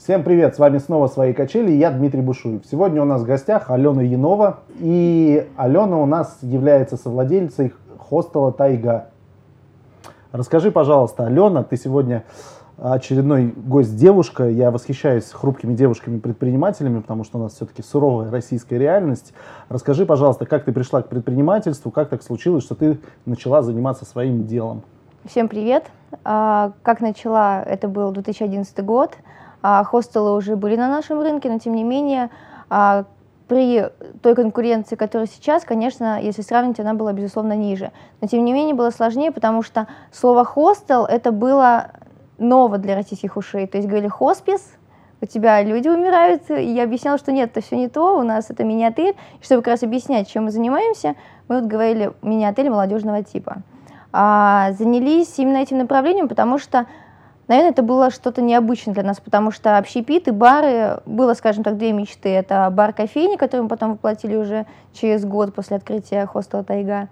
Всем привет, с вами снова «Свои качели» и я, Дмитрий Бушуев. Сегодня у нас в гостях Алена Янова, и Алена у нас является совладельцей хостела «Тайга». Расскажи, пожалуйста, Алена, ты сегодня очередной гость-девушка, я восхищаюсь хрупкими девушками-предпринимателями, потому что у нас все-таки суровая российская реальность. Расскажи, пожалуйста, как ты пришла к предпринимательству, как так случилось, что ты начала заниматься своим делом? Всем привет! Как начала, это был 2011 год. Хостелы уже были на нашем рынке, но тем не менее при той конкуренции, которая сейчас, конечно, если сравнить, она была, безусловно, ниже. Но тем не менее было сложнее, потому что слово «хостел» это было ново для российских ушей. То есть говорили «хоспис», у тебя люди умирают, и я объясняла, что нет, это все не то, у нас это мини-отель. И чтобы как раз объяснять, чем мы занимаемся, мы вот говорили мини-отель молодежного типа. Занялись именно этим направлением, потому что, наверное, это было что-то необычное для нас, потому что общепит и бары, было, скажем так, две мечты. Это бар-кофейни, который мы потом воплотили уже через год после открытия хостела «Тайга».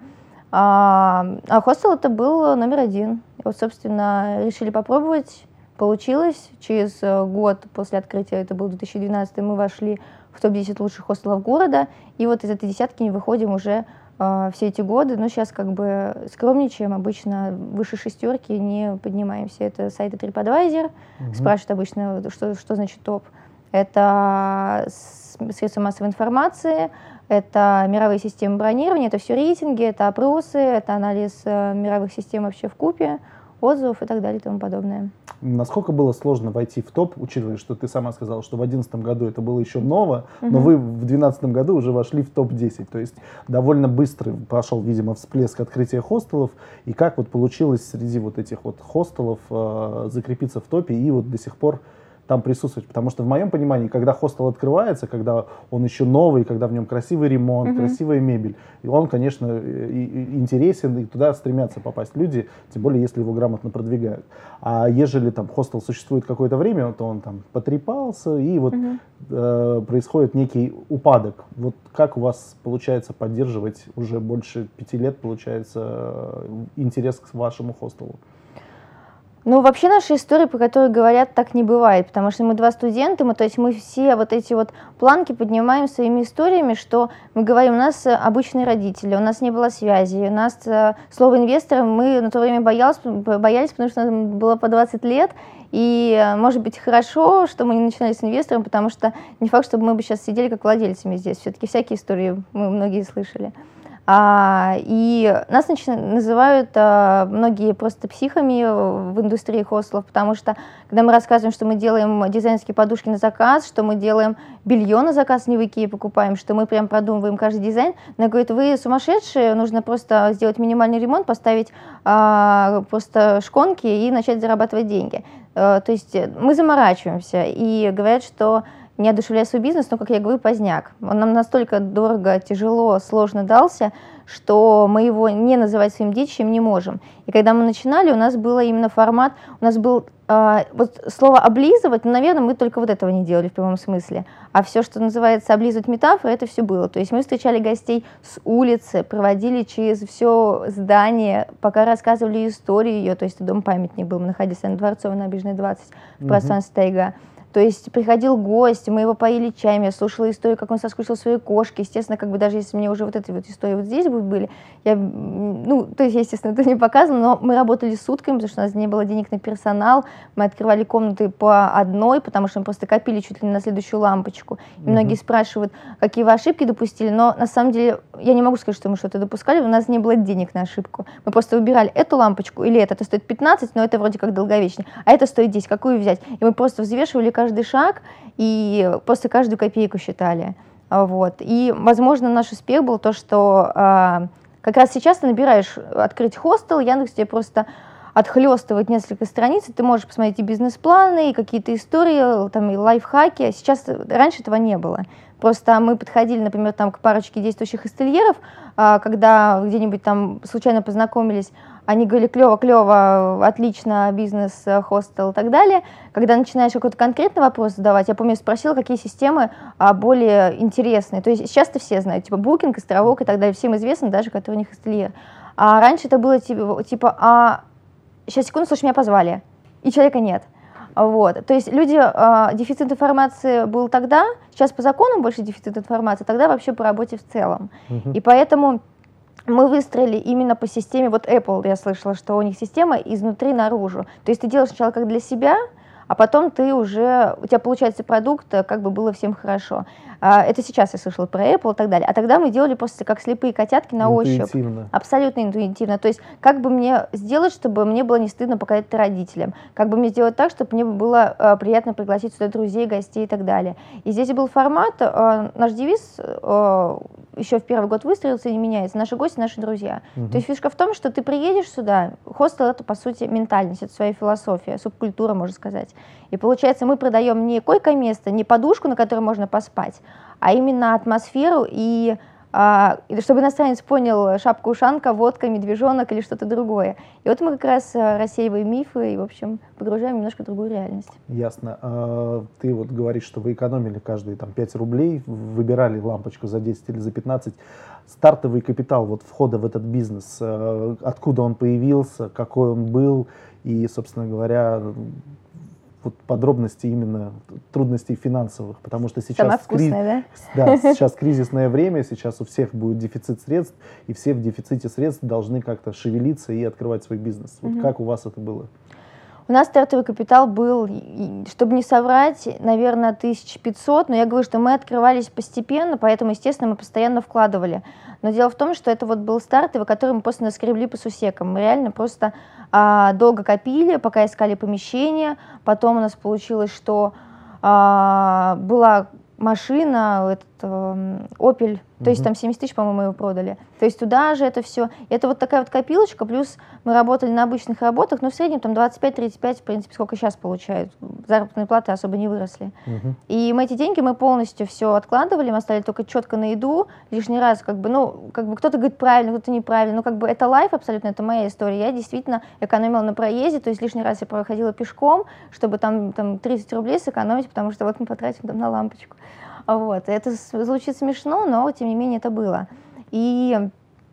А хостел это был номер один. И вот, собственно, решили попробовать, получилось. Через год после открытия, это был 2012, мы вошли в топ-10 лучших хостелов города. И вот из этой десятки не выходим уже все эти годы, но сейчас как бы скромничаем, обычно выше шестерки не поднимаемся. Это сайты TripAdvisor, спрашивают обычно, что значит топ. Это средства массовой информации, это мировые системы бронирования, это все рейтинги, это опросы, это анализ мировых систем вообще вкупе, отзывов и так далее и тому подобное. Насколько было сложно войти в топ, учитывая, что ты сама сказала, что в 2011 году это было еще ново, но вы в 2012 году уже вошли в топ-10, то есть довольно быстро пошел, видимо, всплеск открытия хостелов, и как вот получилось среди вот этих вот хостелов закрепиться в топе и вот до сих пор там присутствовать, потому что в моем понимании, когда хостел открывается, когда он еще новый, когда в нем красивый ремонт, красивая мебель, и он, конечно, интересен, и туда стремятся попасть люди, тем более, если его грамотно продвигают. А ежели там хостел существует какое-то время, то он там потрепался, и вот происходит некий упадок. Вот как у вас получается поддерживать уже больше 5 лет, получается, интерес к вашему хостелу? Ну, вообще наша история, по которой говорят, так не бывает, потому что мы два студента, то есть мы все вот эти вот планки поднимаем своими историями, что мы говорим, у нас обычные родители, у нас не было связи, у нас слово инвестора мы на то время боялись, потому что нам было по 20 лет, и, может быть, хорошо, что мы не начинали с инвестором, потому что не факт, чтобы мы бы сейчас сидели как владельцами здесь, все-таки всякие истории мы многие слышали. И нас называют многие просто психами в индустрии хостелов, потому что, когда мы рассказываем, что мы делаем дизайнерские подушки на заказ, что мы делаем белье на заказ, не в Икее покупаем, что мы прям продумываем каждый дизайн, она говорит, вы сумасшедшие, нужно просто сделать минимальный ремонт, поставить просто шконки и начать зарабатывать деньги. То есть мы заморачиваемся и говорят, что не одушевляя свой бизнес, но, как я говорю, поздняк. Он нам настолько дорого, тяжело, сложно дался, что мы его не называть своим детищем не можем. И когда мы начинали, у нас был именно формат, у нас был вот слово «облизывать», ну, наверное, мы только вот этого не делали в прямом смысле. А все, что называется «облизывать метафоры», это все было. То есть мы встречали гостей с улицы, проводили через все здание, пока рассказывали историю ее, то есть дом-памятник был, мы находились на Дворцовой набережной 20 в пространстве «Тайга». То есть приходил гость, мы его поили чаем, я слушала историю, как он соскучил своей кошки. Естественно, как бы даже если мне уже вот эти вот истории вот здесь были, то есть, естественно, это не показано, но мы работали сутками, потому что у нас не было денег на персонал, мы открывали комнаты по одной, потому что мы просто копили чуть ли не на следующую лампочку. И многие спрашивают, какие вы ошибки допустили, но на самом деле я не могу сказать, что мы что-то допускали, у нас не было денег на ошибку. Мы просто выбирали эту лампочку или это стоит 15, но это вроде как долговечнее, а это стоит 10, какую взять? И мы просто взвешивали каждый шаг и просто каждую копейку считали. Вот. И, возможно, наш успех был то, что как раз сейчас ты набираешь открыть хостел, Яндекс тебе просто отхлестывает несколько страниц, и ты можешь посмотреть и бизнес-планы, и какие-то истории, там, и лайфхаки. Сейчас, раньше этого не было. Просто мы подходили, например, там, к парочке действующих ательеров, когда где-нибудь там случайно познакомились, они говорили, клево, отлично, бизнес, хостел и так далее. Когда начинаешь какой-то конкретный вопрос задавать, я помню, спросила, какие системы более интересные. То есть сейчас-то все знают, типа Booking, Островок и так далее, всем известно, даже который у них ательер. А раньше это было типа, сейчас, секунду, слушай, меня позвали, и человека нет. Вот. То есть люди, дефицит информации был тогда, сейчас по закону больше дефицит информации, тогда вообще по работе в целом. И поэтому мы выстроили именно по системе, вот Apple, я слышала, что у них система изнутри наружу. То есть ты делаешь сначала как для себя, а потом ты уже, у тебя получается продукт, как бы было всем хорошо. Это сейчас я слышала про Apple и так далее. А тогда мы делали просто как слепые котятки на ощупь. Абсолютно интуитивно. То есть как бы мне сделать, чтобы мне было не стыдно показать это родителям? Как бы мне сделать так, чтобы мне было приятно пригласить сюда друзей, гостей и так далее? И здесь был формат, наш девиз еще в первый год выстроился и не меняется. Наши гости, наши друзья. То есть фишка в том, что ты приедешь сюда, хостел — это, по сути, ментальность, это своя философия, субкультура, можно сказать. И получается, мы продаем не койко-место, не подушку, на которой можно поспать, а именно атмосферу и чтобы иностранец понял, шапка-ушанка, водка, медвежонок или что-то другое. И вот мы как раз рассеиваем мифы и, в общем, погружаем немножко в другую реальность. Ясно. Ты вот говоришь, что вы экономили каждые 5 рублей, выбирали лампочку за 10 или за 15. Стартовый капитал вот входа в этот бизнес, откуда он появился, какой он был и, собственно говоря, вот подробности именно трудностей финансовых, потому что сейчас, сейчас кризисное время, сейчас у всех будет дефицит средств, и все в дефиците средств должны как-то шевелиться и открывать свой бизнес. Вот как у вас это было? У нас стартовый капитал был, чтобы не соврать, наверное, 1500, но я говорю, что мы открывались постепенно, поэтому, естественно, мы постоянно вкладывали. Но дело в том, что это вот был стартовый, который мы просто наскребли по сусекам. Мы реально просто долго копили, пока искали помещение. Потом у нас получилось, что была машина, Opel, то есть там 70 тысяч, по-моему, мы его продали. То есть туда же это все. Это вот такая вот копилочка, плюс мы работали на обычных работах, но в среднем там 25-35, в принципе, сколько сейчас получают. Заработные платы особо не выросли. И мы эти деньги мы полностью все откладывали, мы оставили только четко на еду, лишний раз как бы кто-то говорит правильно, кто-то неправильно, это лайф абсолютно, это моя история. Я действительно экономила на проезде, то есть лишний раз я проходила пешком, чтобы там 30 рублей сэкономить, потому что вот мы потратим там на лампочку. Вот. Это звучит смешно, но тем не менее это было. И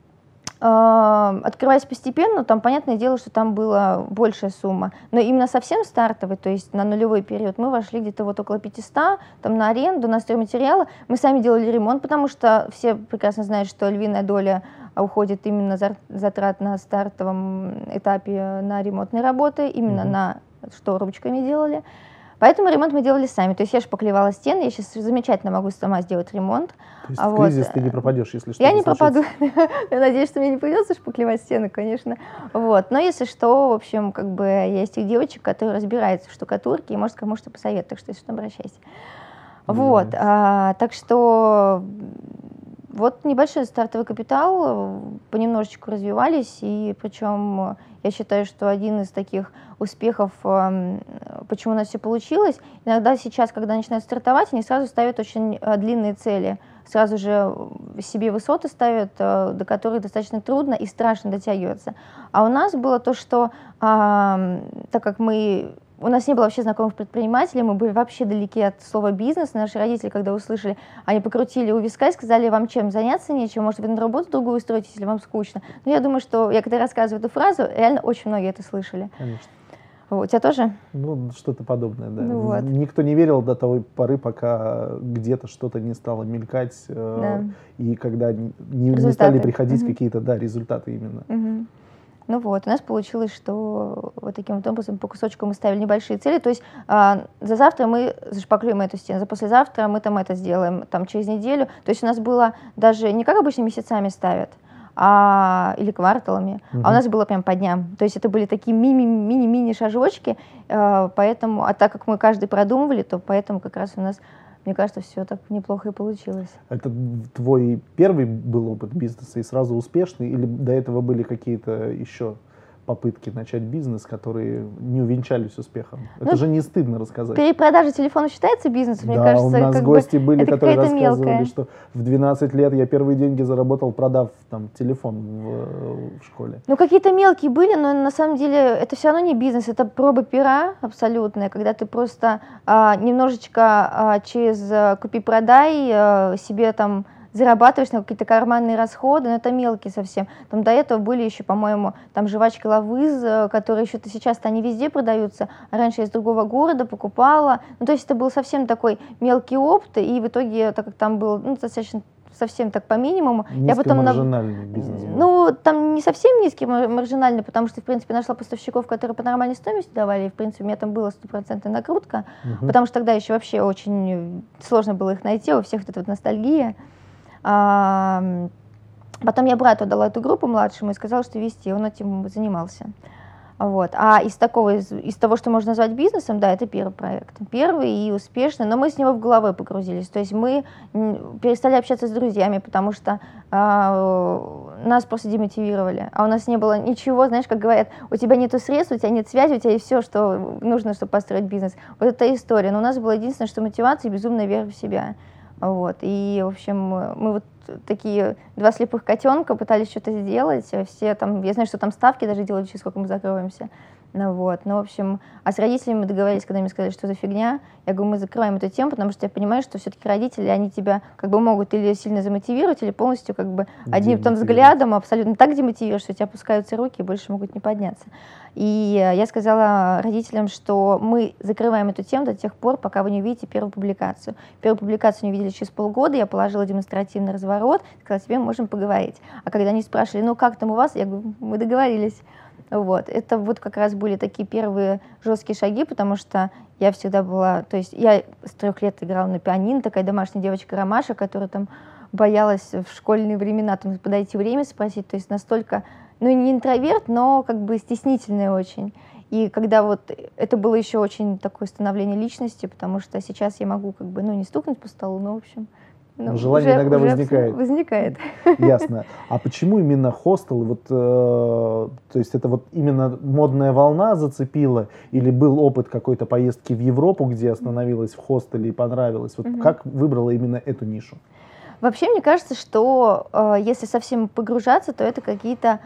открываясь постепенно, там, понятное дело, что там была большая сумма. Но именно совсем стартовый, то есть на нулевой период, мы вошли где-то вот около 500, там на аренду, на стройматериалы. Мы сами делали ремонт, потому что все прекрасно знают, что львиная доля уходит именно затрат на стартовом этапе на ремонтные работы, именно на что ручками делали. Поэтому ремонт мы делали сами. То есть я шпаклевала стены, я сейчас замечательно могу сама сделать ремонт. То есть в кризис ты не пропадешь, если что-то Я не пропаду. Я надеюсь, что мне не придется шпаклевать стены, конечно. Вот. Но если что, в общем, как бы есть тех девочек, которые разбираются в штукатурке и, может, кому-то посоветуют. Так что, если что, обращайся. Вот. Так что вот небольшой стартовый капитал, понемножечку развивались, и причем я считаю, что один из таких успехов, почему у нас все получилось, иногда сейчас, когда начинают стартовать, они сразу ставят очень длинные цели, сразу же себе высоты ставят, до которых достаточно трудно и страшно дотягиваться. А у нас было то, что так как у нас не было вообще знакомых предпринимателей, мы были вообще далеки от слова «бизнес». Наши родители, когда услышали, они покрутили у виска и сказали: вам чем заняться нечем, может, вы на работу другую устроитесь, если вам скучно. Но я думаю, что я когда рассказываю эту фразу, реально очень многие это слышали. Конечно. У тебя тоже? Что-то подобное, да. Вот. Никто не верил до той поры, пока где-то что-то не стало мелькать, и когда не стали приходить какие-то результаты именно. Ну вот, у нас получилось, что вот таким вот образом по кусочку мы ставили небольшие цели, то есть за завтра мы зашпаклюем эту стену, за послезавтра мы там это сделаем, там через неделю, то есть у нас было даже не как обычно месяцами ставят, или кварталами, а у нас было прям по дням, то есть это были такие мини-мини шажочки, поэтому, а так как мы каждый продумывали, то поэтому как раз у нас, мне кажется, все так неплохо и получилось. Это твой первый был опыт бизнеса и сразу успешный, или до этого были какие-то еще попытки начать бизнес, которые не увенчались успехом? Это же не стыдно рассказать. Перепродажа телефона считается бизнесом? Мне кажется, у нас гости были, которые рассказывали, мелкая. что в 12 лет я первые деньги заработал, продав телефон в школе. Какие-то мелкие были, но на самом деле это все равно не бизнес, это проба пера абсолютная, когда ты просто немножечко через купи-продай себе там зарабатываешь на какие-то карманные расходы, но это мелкие совсем. Там до этого были еще, по-моему, там жвачки Лавыз, которые еще сейчас-то они везде продаются, а раньше я из другого города покупала. Ну, то есть это был совсем такой мелкий опыт, и в итоге, так как там был, ну, достаточно совсем так по минимуму. Я потом Низкомаржинальный бизнес был. Ну, там не совсем низкий маржинальный, потому что, в принципе, нашла поставщиков, которые по нормальной стоимости давали, и, в принципе, у меня там была стопроцентная накрутка, потому что тогда еще вообще очень сложно было их найти, у всех вот эта вот ностальгия. Потом я брату дала эту группу младшему и сказала, что вести, он этим занимался. Вот. А из того, что можно назвать бизнесом, да, это первый проект. Первый и успешный, но мы с него в головой погрузились. То есть мы перестали общаться с друзьями, потому что нас просто демотивировали. А у нас не было ничего, знаешь, как говорят, у тебя нету средств, у тебя нет связи, у тебя есть все, что нужно, чтобы построить бизнес. Вот это история. Но у нас было единственное, что мотивация и безумная вера в себя. Вот. И, в общем, мы вот такие два слепых котенка пытались что-то сделать. Все там, я знаю, что там ставки даже делали, через сколько мы закроемся. Ну, вот. Ну, в общем, а с родителями мы договорились, когда мне сказали, что за фигня. Я говорю, мы закрываем эту тему, потому что я понимаю, что все-таки родители, они тебя как бы могут или сильно замотивировать, или полностью как бы одним там взглядом абсолютно так демотивируешь, что у тебя опускаются руки и больше могут не подняться. И я сказала родителям, что мы закрываем эту тему до тех пор, пока вы не увидите первую публикацию. Первую публикацию не увидели через полгода, я положила демонстративный разворот, сказала, тебе можем поговорить. А когда они спрашивали, ну как там у вас, я говорю, мы договорились. Вот. Это вот как раз были такие первые жесткие шаги, потому что я всегда была, то есть я с 3 лет играла на пианино, такая домашняя девочка Ромаша, которая там боялась в школьные времена там подойти время спросить, то есть настолько, ну не интроверт, но как бы стеснительная очень. И когда вот это было еще очень такое становление личности, потому что сейчас я могу как бы, ну не стукнуть по столу, но в общем... Ну, желание иногда возникает. Возникает. Ясно. А почему именно хостел? Вот, то есть это вот именно модная волна зацепила? Или был опыт какой-то поездки в Европу, где остановилась в хостеле и понравилось? Вот как выбрала именно эту нишу? Вообще, мне кажется, что если совсем погружаться, то это какие-то,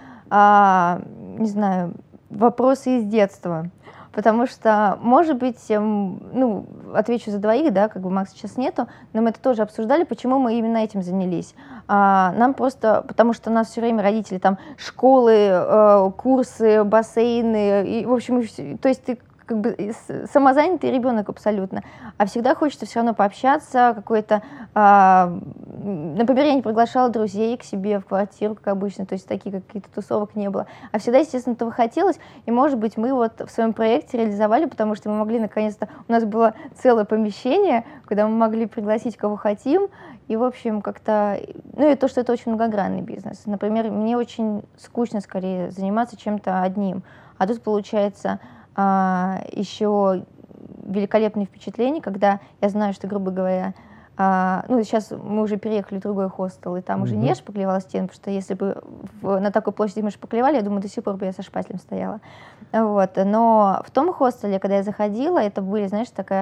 не знаю, вопросы из детства. Потому что, может быть, ну, отвечу за двоих, да, как бы Макса сейчас нету, но мы это тоже обсуждали, почему мы именно этим занялись. Нам просто, потому что у нас все время родители, там, школы, курсы, бассейны, и, в общем, то есть ты как бы самозанятый ребенок абсолютно, а всегда хочется все равно пообщаться, какой-то, например, я не приглашала друзей к себе в квартиру, как обычно, то есть таких каких-то тусовок не было, а всегда, естественно, этого хотелось, и, может быть, мы вот в своем проекте реализовали, потому что мы могли, наконец-то, у нас было целое помещение, куда мы могли пригласить кого хотим, и, в общем, как-то, ну и то, что это очень многогранный бизнес. Например, мне очень скучно, скорее, заниматься чем-то одним, а тут, получается, еще великолепные впечатления, когда я знаю, что, грубо говоря, ну, сейчас мы уже переехали в другой хостел, и там уже не шпаклевала стену, потому что если бы на такой площади мы шпаклевали, я думаю, до сих пор бы я со шпателем стояла. Вот. Но в том хостеле, когда я заходила, это были, знаешь, такая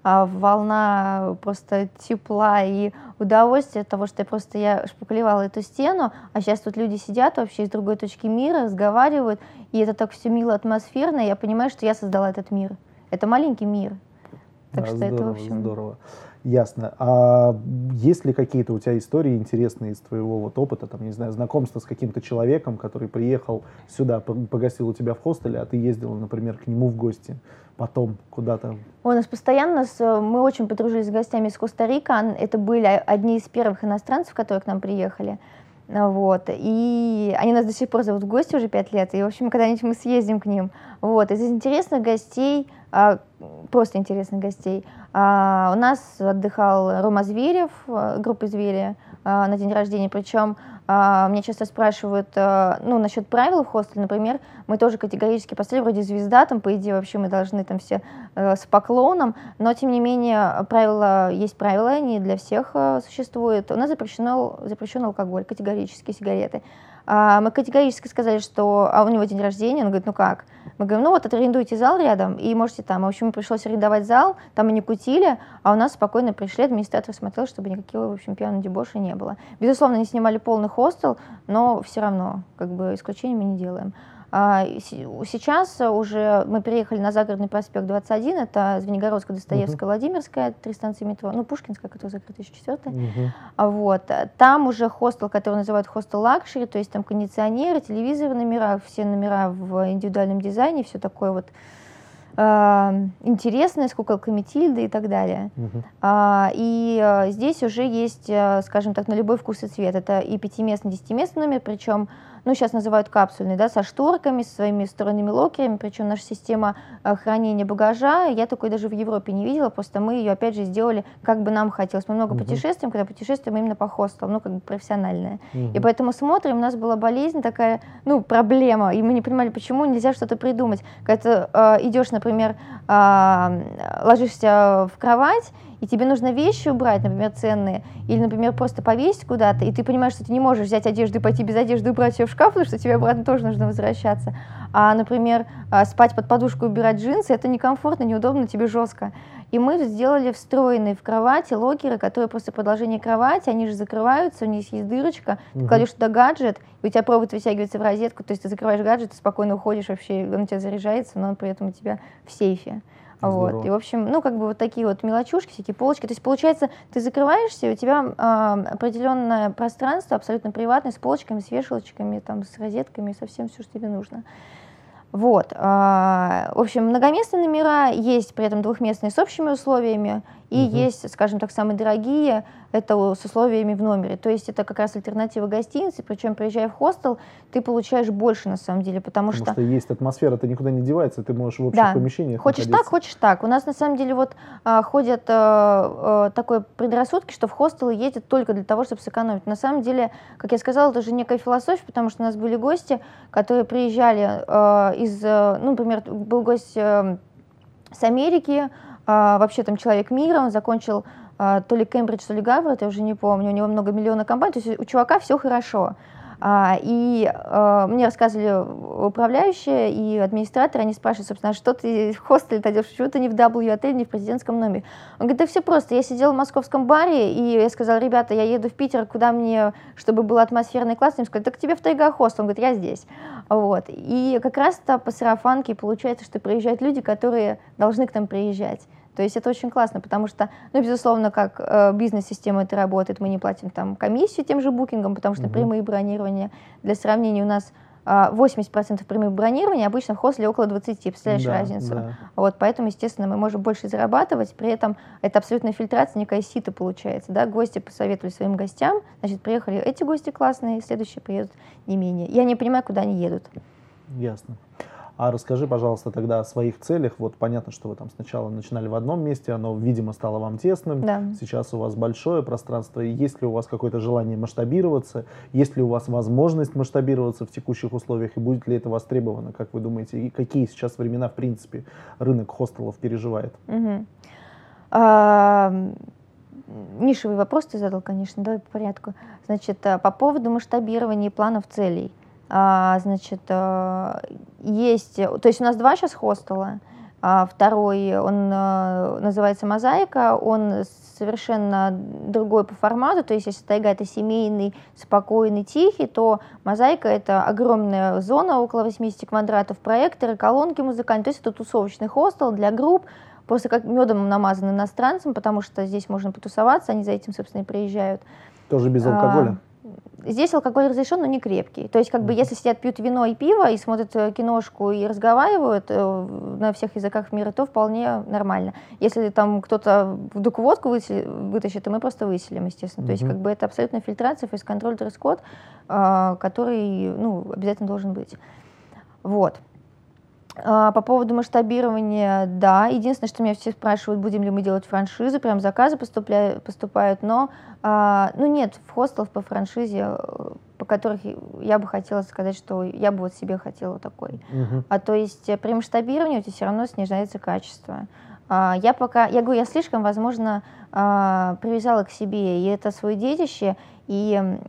волна просто тепла и удовольствия от того, что я шпаклевала эту стену, а сейчас тут люди сидят вообще из другой точки мира, разговаривают, и это так все мило, атмосферно, и я понимаю, что я создала этот мир. Это маленький мир. Так что здорово, это, в общем... Здорово. Ясно. А есть ли какие-то у тебя истории интересные из твоего вот опыта, там, не знаю, знакомства с каким-то человеком, который приехал сюда, погостил у тебя в хостеле, а ты ездила, например, к нему в гости, потом куда-то? У нас постоянно, мы очень подружились с гостями из Коста-Рика, это были одни из первых иностранцев, которые к нам приехали. Вот. И они нас до сих пор зовут в гости уже 5 лет, и, в общем, когда-нибудь мы съездим к ним. Вот. Из интересных гостей, просто интересных гостей, у нас отдыхал Рома Зверев, группа «Звери», на день рождения, причем меня часто спрашивают, ну, насчет правил в хостеле, например, мы тоже категорически поставили, вроде звезда, там, по идее, вообще мы должны там все с поклоном, но, тем не менее, есть правила, они для всех существуют. У нас запрещен алкоголь, категорически сигареты. Мы категорически сказали, что у него день рождения, он говорит, ну как? Мы говорим, ну вот арендуйте зал рядом и можете там. В общем, пришлось арендовать зал, там мы не кутили, а у нас спокойно пришли, администратор смотрел, чтобы никакого, в общем, пьяного дебоша не было. Безусловно, не снимали полный хостел, но все равно, как бы, исключения мы не делаем. Сейчас уже мы переехали на Загородный проспект 21, это Звенигородская, Достоевская, Владимирская, 3 станции метро, ну, Пушкинская, которая закрыта еще 4-я. Вот. Там уже хостел, который называют хостел лакшери, то есть там кондиционеры, телевизоры в номерах, все номера в индивидуальном дизайне, все такое вот интересное, с куколками Тильды и так далее. Здесь уже есть, скажем так, на любой вкус и цвет. Это и 5-местный, 10-местный номер, причем, ну, сейчас называют капсульный, да, со шторками, со своими встроенными локерами, причем наша система хранения багажа, я такой даже в Европе не видела, просто мы ее, опять же, сделали, как бы нам хотелось. Мы много путешествуем, когда путешествуем именно по хостелу, ну, как бы профессиональное. И поэтому смотрим, у нас была болезнь такая, ну, проблема, и мы не понимали, почему нельзя что-то придумать. Когда ты идешь, например, ложишься в кровать, и тебе нужно вещи убрать, например, ценные, или, например, просто повесить куда-то, и ты понимаешь, что ты не можешь взять одежду и пойти без одежды убрать ее в шкаф, потому что тебе обратно тоже нужно возвращаться. А, например, спать под подушку и убирать джинсы, это некомфортно, неудобно, тебе жестко. И мы сделали встроенные в кровати локеры, которые просто продолжение кровати, они же закрываются, у них есть дырочка, ты кладешь туда гаджет, и у тебя провод вытягивается в розетку, то есть ты закрываешь гаджет, ты спокойно уходишь вообще, он у тебя заряжается, но он при этом у тебя в сейфе. Вот. И, в общем, ну, как бы вот такие вот мелочушки, всякие полочки. То есть, получается, ты закрываешься, и у тебя определенное пространство, абсолютно приватное, с полочками, с вешалочками, там, с розетками, совсем все, что тебе нужно. Вот. В общем, многоместные номера, есть при этом двухместные с общими условиями, и есть, скажем так, самые дорогие, это с условиями в номере. То есть это как раз альтернатива гостиницы, причем, приезжая в хостел, ты получаешь больше на самом деле, потому что есть атмосфера, ты никуда не девается, ты можешь в общих помещениях хочешь находиться. так, хочешь так. У нас на самом деле вот ходят такой предрассудки, что в хостелы ездят только для того, чтобы сэкономить. На самом деле, как я сказала, это же некая философия, потому что у нас были гости, которые приезжали ну, например, был гость с Америки, вообще там человек мира, он закончил то ли Кембридж, то ли Гарвард, я уже не помню, у него много миллионов компаний, то есть у чувака все хорошо. Мне рассказывали управляющие и администраторы, они спрашивают, собственно, что ты в хостеле-то делаешь, почему ты не в W-отеле, не в президентском номере? Он говорит, да все просто, я сидела в московском баре, и я сказала, ребята, я еду в Питер, куда мне, чтобы было атмосферно и классно, им сказали, так тебе в тайга хостел, он говорит, я здесь. Вот. И как раз-то по сарафанке получается, что приезжают люди, которые должны к нам приезжать. То есть это очень классно, потому что, ну, безусловно, как бизнес-система это работает, мы не платим там комиссию тем же букингам, потому что прямые бронирования, для сравнения, у нас 80% прямых бронирований, обычно в хостеле около 20%, представляешь разницу? Да. Вот, поэтому, естественно, мы можем больше зарабатывать, при этом это абсолютная фильтрация, некая сито получается, да, гости посоветовали своим гостям, значит, приехали эти гости классные, следующие приедут не менее. Я не понимаю, куда они едут. Ясно. А расскажи, пожалуйста, тогда о своих целях. Вот понятно, что вы там сначала начинали в одном месте, оно, видимо, стало вам тесным. Да. Сейчас у вас большое пространство. Есть ли у вас какое-то желание масштабироваться? Есть ли у вас возможность масштабироваться в текущих условиях? И будет ли это востребовано, как вы думаете? И какие сейчас времена, в принципе, рынок хостелов переживает? Нишевый вопрос ты задал, конечно, давай по порядку. Значит, по поводу масштабирования планов целей. Значит, есть, то есть у нас 2 сейчас хостела, второй, он называется «Мозаика», он совершенно другой по формату, то есть если «Тайга» — это семейный, спокойный, тихий, то «Мозаика» — это огромная зона, около 80 квадратов, проекторы, колонки музыкальные, то есть это тусовочный хостел для групп, просто как медом намазан иностранцам, потому что здесь можно потусоваться, они за этим, собственно, и приезжают. Тоже без алкоголя? Здесь алкоголь разрешен, но не крепкий. То есть, как бы, если сидят, пьют вино и пиво, и смотрят киношку, и разговаривают на всех языках мира, то вполне нормально. Если там кто-то вдруг водку вытащит, то мы просто выселим, естественно. То есть, как бы, это абсолютная фильтрация, фейс-контроль, дресс-код, который, ну, обязательно должен быть. Вот. По поводу масштабирования, да, единственное, что меня все спрашивают, будем ли мы делать франшизу, прям заказы поступают, но ну, нет хостелов по франшизе, по которых я бы хотела сказать, что я бы вот себе хотела такой. То есть при масштабировании у тебя все равно снижается качество. Я говорю, я слишком, возможно, привязала к себе, и это свое детище, и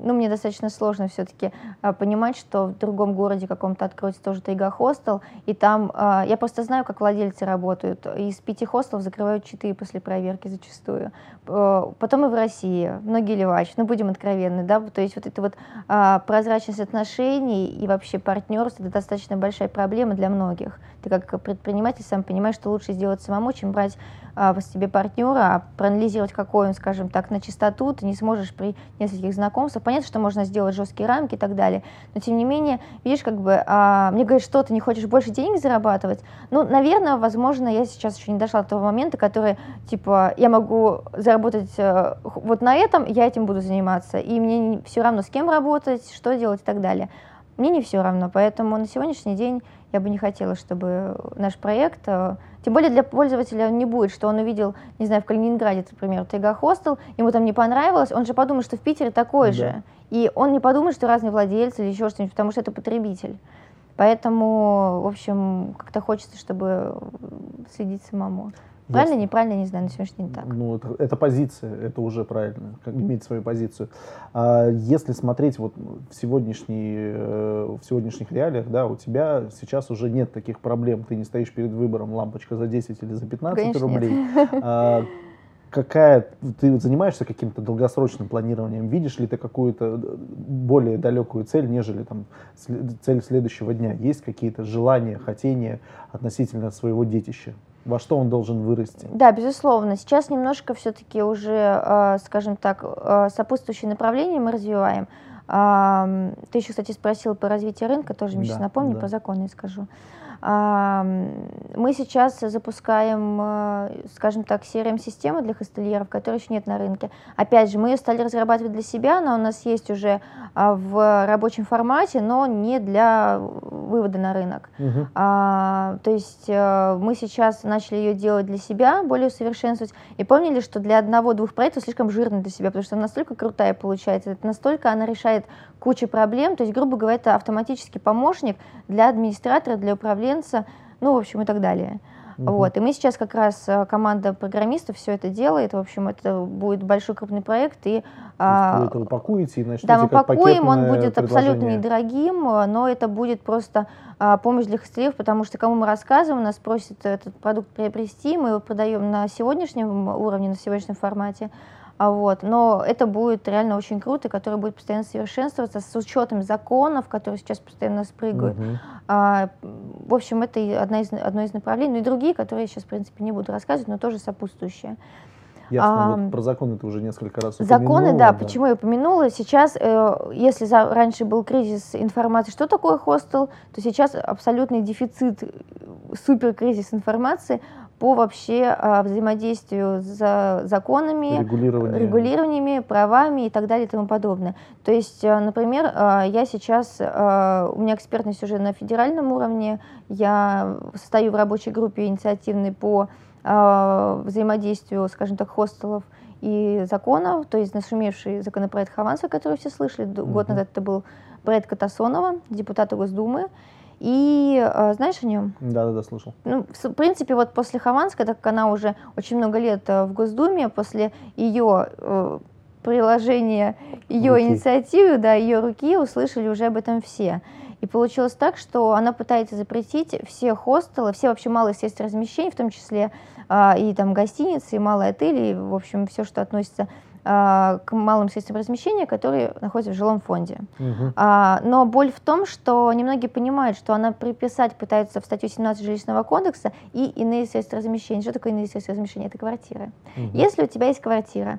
ну, мне достаточно сложно все-таки понимать, что в другом городе каком-то откроется тоже тайга-хостел, и там, я просто знаю, как владельцы работают, из 5 хостелов закрывают 4 после проверки зачастую. Потом и в России, многие ливач, ну, будем откровенны, да, то есть вот это вот прозрачность отношений и вообще партнерство, это достаточно большая проблема для многих. Ты как предприниматель сам понимаешь, что лучше сделать самому, чем брать себе партнера, а проанализировать, какой он, скажем так, на чистоту, ты не сможешь при нескольких знакомствах. Понятно, что можно сделать жесткие рамки и так далее, но тем не менее, видишь, как бы, мне говорят, что ты не хочешь больше денег зарабатывать. Ну, наверное, возможно, я сейчас еще не дошла до того момента, который, типа, я могу заработать вот на этом, я этим буду заниматься, и мне все равно, с кем работать, что делать и так далее. Мне не все равно, поэтому на сегодняшний день я бы не хотела, чтобы наш проект, тем более для пользователя он не будет, что он увидел, не знаю, в Калининграде, например, тайга-хостел, ему там не понравилось, он же подумает, что в Питере такой же, и он не подумает, что разные владельцы или еще что-нибудь, потому что это потребитель. Поэтому, в общем, как-то хочется, чтобы следить самому. Правильно, неправильно, не знаю, на сегодняшний день так. Ну, это позиция, это уже правильно, иметь свою позицию. Если смотреть вот в сегодняшних реалиях, да, у тебя сейчас уже нет таких проблем, ты не стоишь перед выбором, лампочка за 10 или за 15 Конечно, рублей. нет. Ты занимаешься каким-то долгосрочным планированием? Видишь ли ты какую-то более далекую цель, нежели там цель следующего дня? Есть какие-то желания, хотения относительно своего детища? Во что он должен вырасти? Да, безусловно. Сейчас немножко все-таки уже, скажем так, сопутствующие направления мы развиваем. Ты еще, кстати, спросил по развитию рынка, тоже мне сейчас напомню, по закону скажу. Мы сейчас запускаем, скажем так, CRM-систему для хостельеров, которой еще нет на рынке. Опять же, мы ее стали разрабатывать для себя, она у нас есть уже в рабочем формате, но не для вывода на рынок. То есть мы сейчас начали ее делать для себя, более усовершенствовать, и поняли, что для одного-двух проектов слишком жирно для себя, потому что она настолько крутая получается, это настолько она решает кучу проблем, то есть, грубо говоря, это автоматический помощник для администратора, для управленца, ну, в общем, и так далее. Вот. И мы сейчас как раз, команда программистов все это делает, в общем, это будет большой крупный проект. И, вы это упакуете и начнете да, мы как пакуем, он будет предложение. абсолютно недорогим, но это будет просто помощь для хостелеров, потому что кому мы рассказываем, нас просят этот продукт приобрести, мы его продаем на сегодняшнем уровне, на сегодняшнем формате. Вот. Но это будет реально очень круто, который будет постоянно совершенствоваться с учетом законов, которые сейчас постоянно спрыгивают. В общем, это одно из направлений, ну и другие, которые я сейчас, в принципе, не буду рассказывать, но тоже сопутствующие. Ясно, вот про законы ты уже несколько раз упомянула. Законы, да, почему я упомянула. Сейчас, если раньше был кризис информации, что такое хостел, то сейчас абсолютный дефицит, суперкризис информации по вообще взаимодействию с законами, регулированиями, правами и так далее и тому подобное. То есть, например, я сейчас, у меня экспертность уже на федеральном уровне, я состою в рабочей группе инициативной по взаимодействию, скажем так, хостелов и законов, то есть нашумевший законопроект Хованского, который все слышали, год назад это был проект Катасонова, депутата Госдумы. И знаешь о нем? Да, слышал. Ну, в принципе, вот после Хованской, так как она уже очень много лет в Госдуме, после ее приложения, ее инициативы, да, ее руки, услышали уже об этом все. И получилось так, что она пытается запретить все хостелы, все вообще малые средства размещения, в том числе и там гостиницы, и малые отели, и, в общем, все, что относится к малым средствам размещения, которые находятся в жилом фонде. Но боль в том, что немногие понимают, что она приписать пытается в статью 17 Жилищного кодекса и иные средства размещения. Что такое иные средства размещения? Это квартиры. Если у тебя есть квартира,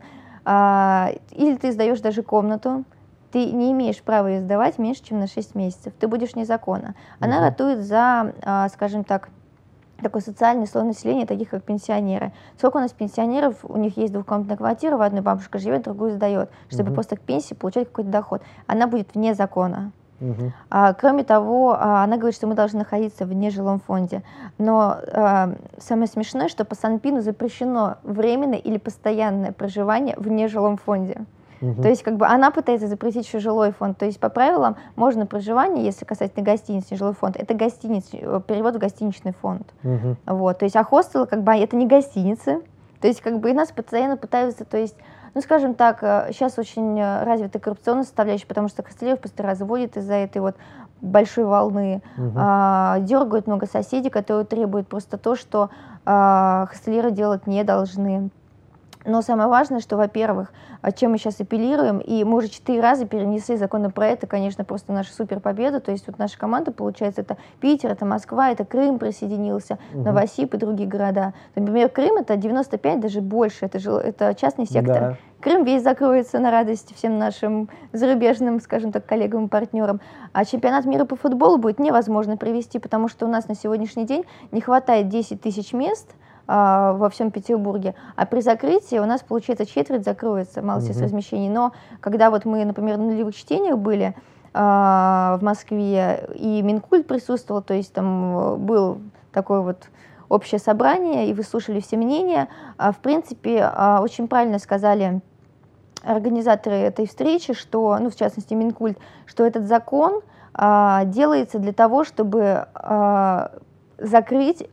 или ты сдаешь даже комнату, ты не имеешь права ее сдавать меньше, чем на 6 месяцев. Ты будешь вне закона. Она ратует за, скажем так, такой социальный слой населения, таких как пенсионеры. Сколько у нас пенсионеров, у них есть двухкомнатная квартира, в одной бабушка живет, другую сдает, чтобы просто к пенсии получать какой-то доход. Она будет вне закона. Кроме того, она говорит, что мы должны находиться в нежилом фонде. Но самое смешное, что по Санпину запрещено временное или постоянное проживание в нежилом фонде. То есть как бы она пытается запретить еще жилой фонд. То есть по правилам можно проживание, если касательно гостиниц, не жилой фонд, это перевод в гостиничный фонд. Вот, то есть, а хостелы как бы это не гостиницы. То есть как бы и нас постоянно пытаются, то есть Ну, скажем так, сейчас очень развита коррупционная составляющая, потому что хостелеров просто разводят из-за этой вот большой волны, дергают много соседей, которые требуют просто то, что хостелеры делать не должны. Но самое важное, что, во-первых, чем мы сейчас апеллируем, и мы уже 4 раза перенесли законопроект, это, конечно, просто наша супер победа, то есть вот наша команда, получается, это Питер, это Москва, это Крым присоединился, Новосиб и другие города. Например, Крым это 95, даже больше, это частный сектор. Да. Крым весь закроется на радость всем нашим зарубежным, скажем так, коллегам и партнерам. А чемпионат мира по футболу будет невозможно провести, потому что у нас на сегодняшний день не хватает 10 тысяч мест во всем Петербурге, а при закрытии у нас, получается, четверть закроется, мало средств размещений. Но когда вот мы, например, на нулевых чтениях были в Москве, и Минкульт присутствовал, то есть там был такое вот общее собрание, и выслушали все мнения, в принципе, очень правильно сказали организаторы этой встречи, что, ну, в частности, Минкульт, что этот закон делается для того, чтобы закрыть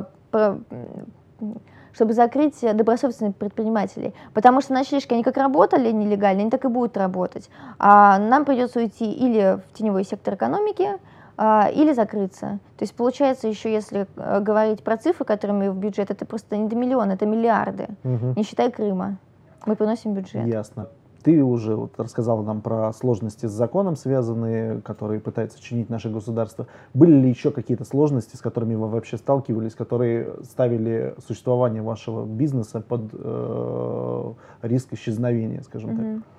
добросовестных предпринимателей. Потому что ночлежки, они как работали нелегально, они так и будут работать. А нам придется уйти или в теневой сектор экономики, или закрыться. То есть получается еще, если говорить про цифры, которые мы в бюджет, это просто не до миллиона, это миллиарды, не считая Крыма. Мы приносим бюджет. Ясно. Ты уже вот рассказала нам про сложности с законом связанные, которые пытается чинить наше государство. Были ли еще какие-то сложности, с которыми вы вообще сталкивались, которые ставили существование вашего бизнеса под риск исчезновения, скажем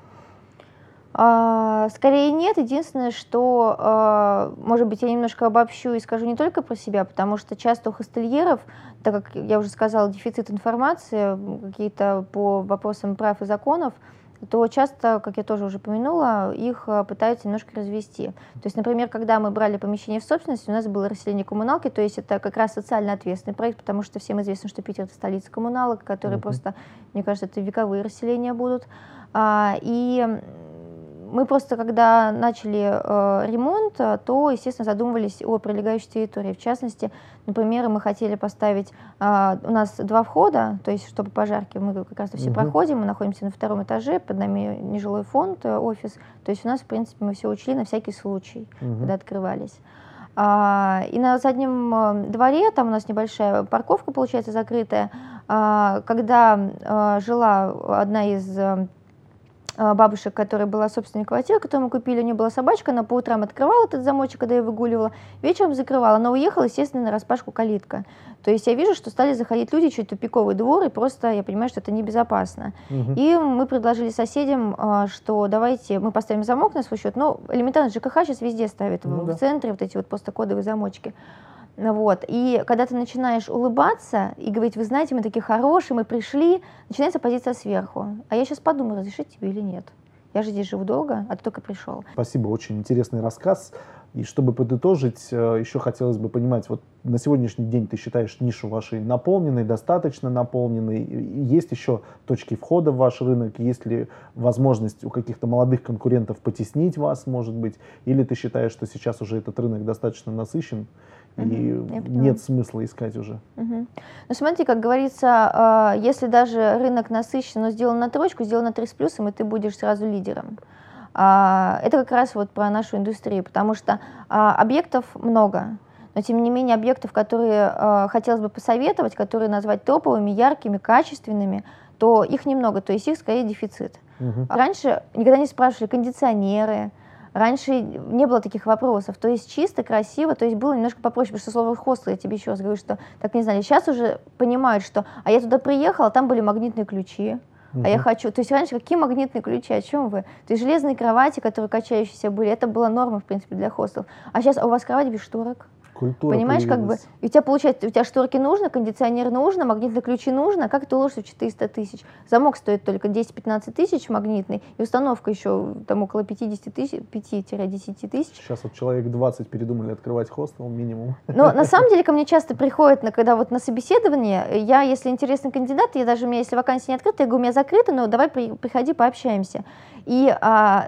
так? Скорее нет. Единственное, что, может быть, я немножко обобщу и скажу не только про себя, потому что часто у хостельеров, так как я уже сказала, дефицит информации, какие-то по вопросам прав и законов, то часто, как я тоже уже упомянула, их пытаются немножко развести. То есть, например, когда мы брали помещение в собственность, у нас было расселение коммуналки, то есть это как раз социально ответственный проект, потому что всем известно, что Питер — это столица коммуналок, которые просто, мне кажется, это вековые расселения будут. И мы просто, когда начали ремонт, то, естественно, задумывались о прилегающей территории. В частности, например, мы хотели поставить, у нас 2 входа, то есть чтобы пожарки мы как раз все проходим, мы находимся на 2-м этаже, под нами нежилой фонд, офис, то есть у нас, в принципе, мы все учли на всякий случай, когда открывались. И на заднем дворе, там у нас небольшая парковка, получается, закрытая, когда жила одна из бабушек, которая была собственной квартиры, которую мы купили, у нее была собачка, она по утрам открывала этот замочек, когда я выгуливала, вечером закрывала, она уехала, естественно, нараспашку калитка. То есть я вижу, что стали заходить люди, чуть тупиковый двор, и просто я понимаю, что это небезопасно. И мы предложили соседям, что давайте мы поставим замок на свой счет, но элементарно ЖКХ сейчас везде ставят, в центре вот эти вот посткодовые замочки. Вот. И когда ты начинаешь улыбаться и говорить, вы знаете, мы такие хорошие, мы пришли, начинается позиция сверху. А я сейчас подумаю, разрешить тебе или нет. Я же здесь живу долго, а ты только пришел. Спасибо, очень интересный рассказ. И чтобы подытожить, еще хотелось бы понимать, вот на сегодняшний день ты считаешь нишу вашей наполненной, достаточно наполненной? Есть еще точки входа в ваш рынок? Есть ли возможность у каких-то молодых конкурентов потеснить вас, может быть? Или ты считаешь, что сейчас уже этот рынок достаточно насыщен и нет смысла искать уже? Ну смотри, как говорится, если даже рынок насыщен, но сделан на 3, сделан на 3 с плюсом, и ты будешь сразу лидером. Это как раз вот про нашу индустрию, потому что объектов много, но тем не менее объектов, которые хотелось бы посоветовать, которые назвать топовыми, яркими, качественными, то их немного, то есть их скорее дефицит. Раньше никогда не спрашивали кондиционеры, раньше не было таких вопросов, то есть чисто, красиво, то есть было немножко попроще, потому что слово хостел, я тебе еще раз говорю, что так не знали. Сейчас уже понимают, что я туда приехала, там были магнитные ключи. А я хочу, то есть раньше какие магнитные ключи, о чем вы? То есть железные кровати, которые качающиеся были, это была норма, в принципе, для хостелов. А сейчас у вас кровать без шторок. Культура понимаешь, появилась. как бы, и у тебя получается, у тебя шторки нужно, кондиционер нужно, магнитные ключи нужно, а как ты уложишься в 400 тысяч? Замок стоит только 10-15 тысяч магнитный, и установка еще там около 50 тысяч, 5-10 тысяч. Сейчас вот человек 20 передумали открывать хостел минимум. Но на самом деле ко мне часто приходят, когда вот на собеседование, я, если интересный кандидат, я даже, у меня, если вакансия не открыта, я говорю, у меня закрыта, но давай приходи, пообщаемся. И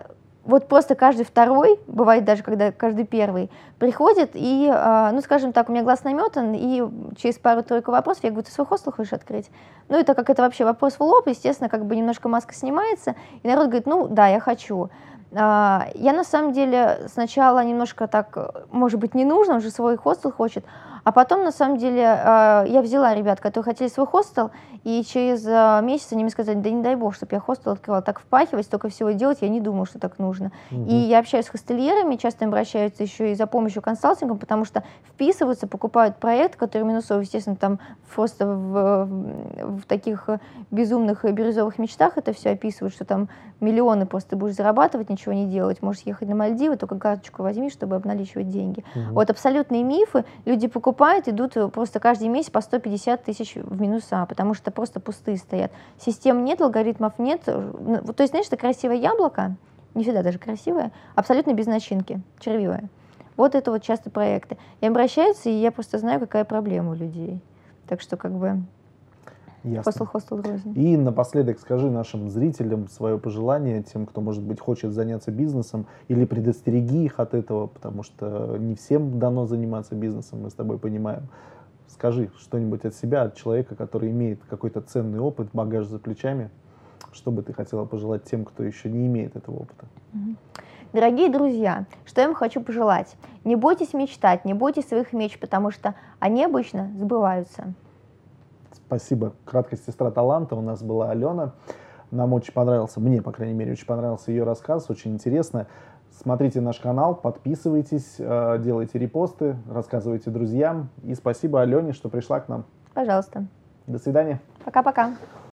вот просто каждый второй, бывает даже, когда каждый первый, приходит и, ну, скажем так, у меня глаз наметан, и через пару-тройку вопросов я говорю, ты свой хостел хочешь открыть? Ну, это как это вообще вопрос в лоб, естественно, как бы немножко маска снимается, и народ говорит, ну, да, я хочу. Я на самом деле сначала немножко так, может быть, не нужно, он же свой хостел хочет, а потом, на самом деле, я взяла ребят, которые хотели свой хостел, и через месяц они мне сказали, да не дай бог, чтобы я хостел открывала. Так впахивать, столько всего делать, я не думаю, что так нужно. И я общаюсь с хостельерами, часто обращаются еще и за помощью консалтингом, потому что вписываются, покупают проект, который минусовый, естественно, там просто в таких безумных бирюзовых мечтах это все описывают, что там миллионы просто ты будешь зарабатывать, ничего не делать, можешь ехать на Мальдивы, только карточку возьми, чтобы обналичивать деньги. Вот абсолютные мифы, люди покупают, идут просто каждый месяц по 150 тысяч в минуса, потому что просто пустые стоят. Систем нет, алгоритмов нет. То есть, знаешь, это красивое яблоко, не всегда даже красивое, абсолютно без начинки, червивое. Вот это вот часто проекты. И обращаются, и я просто знаю, какая проблема у людей. Так что как бы хостел рознь. И напоследок скажи нашим зрителям свое пожелание, тем, кто, может быть, хочет заняться бизнесом, или предостереги их от этого, потому что не всем дано заниматься бизнесом, мы с тобой понимаем. Скажи что-нибудь от себя, от человека, который имеет какой-то ценный опыт, багаж за плечами. Что бы ты хотела пожелать тем, кто еще не имеет этого опыта? Дорогие друзья, что я вам хочу пожелать? Не бойтесь мечтать, не бойтесь своих мечт, потому что они обычно сбываются. Спасибо. Краткая сестра таланта. У нас была Алена. Нам очень понравился, мне, по крайней мере, очень понравился ее рассказ. Очень интересно. Смотрите наш канал, подписывайтесь, делайте репосты, рассказывайте друзьям. И спасибо Алене, что пришла к нам. Пожалуйста. До свидания. Пока-пока.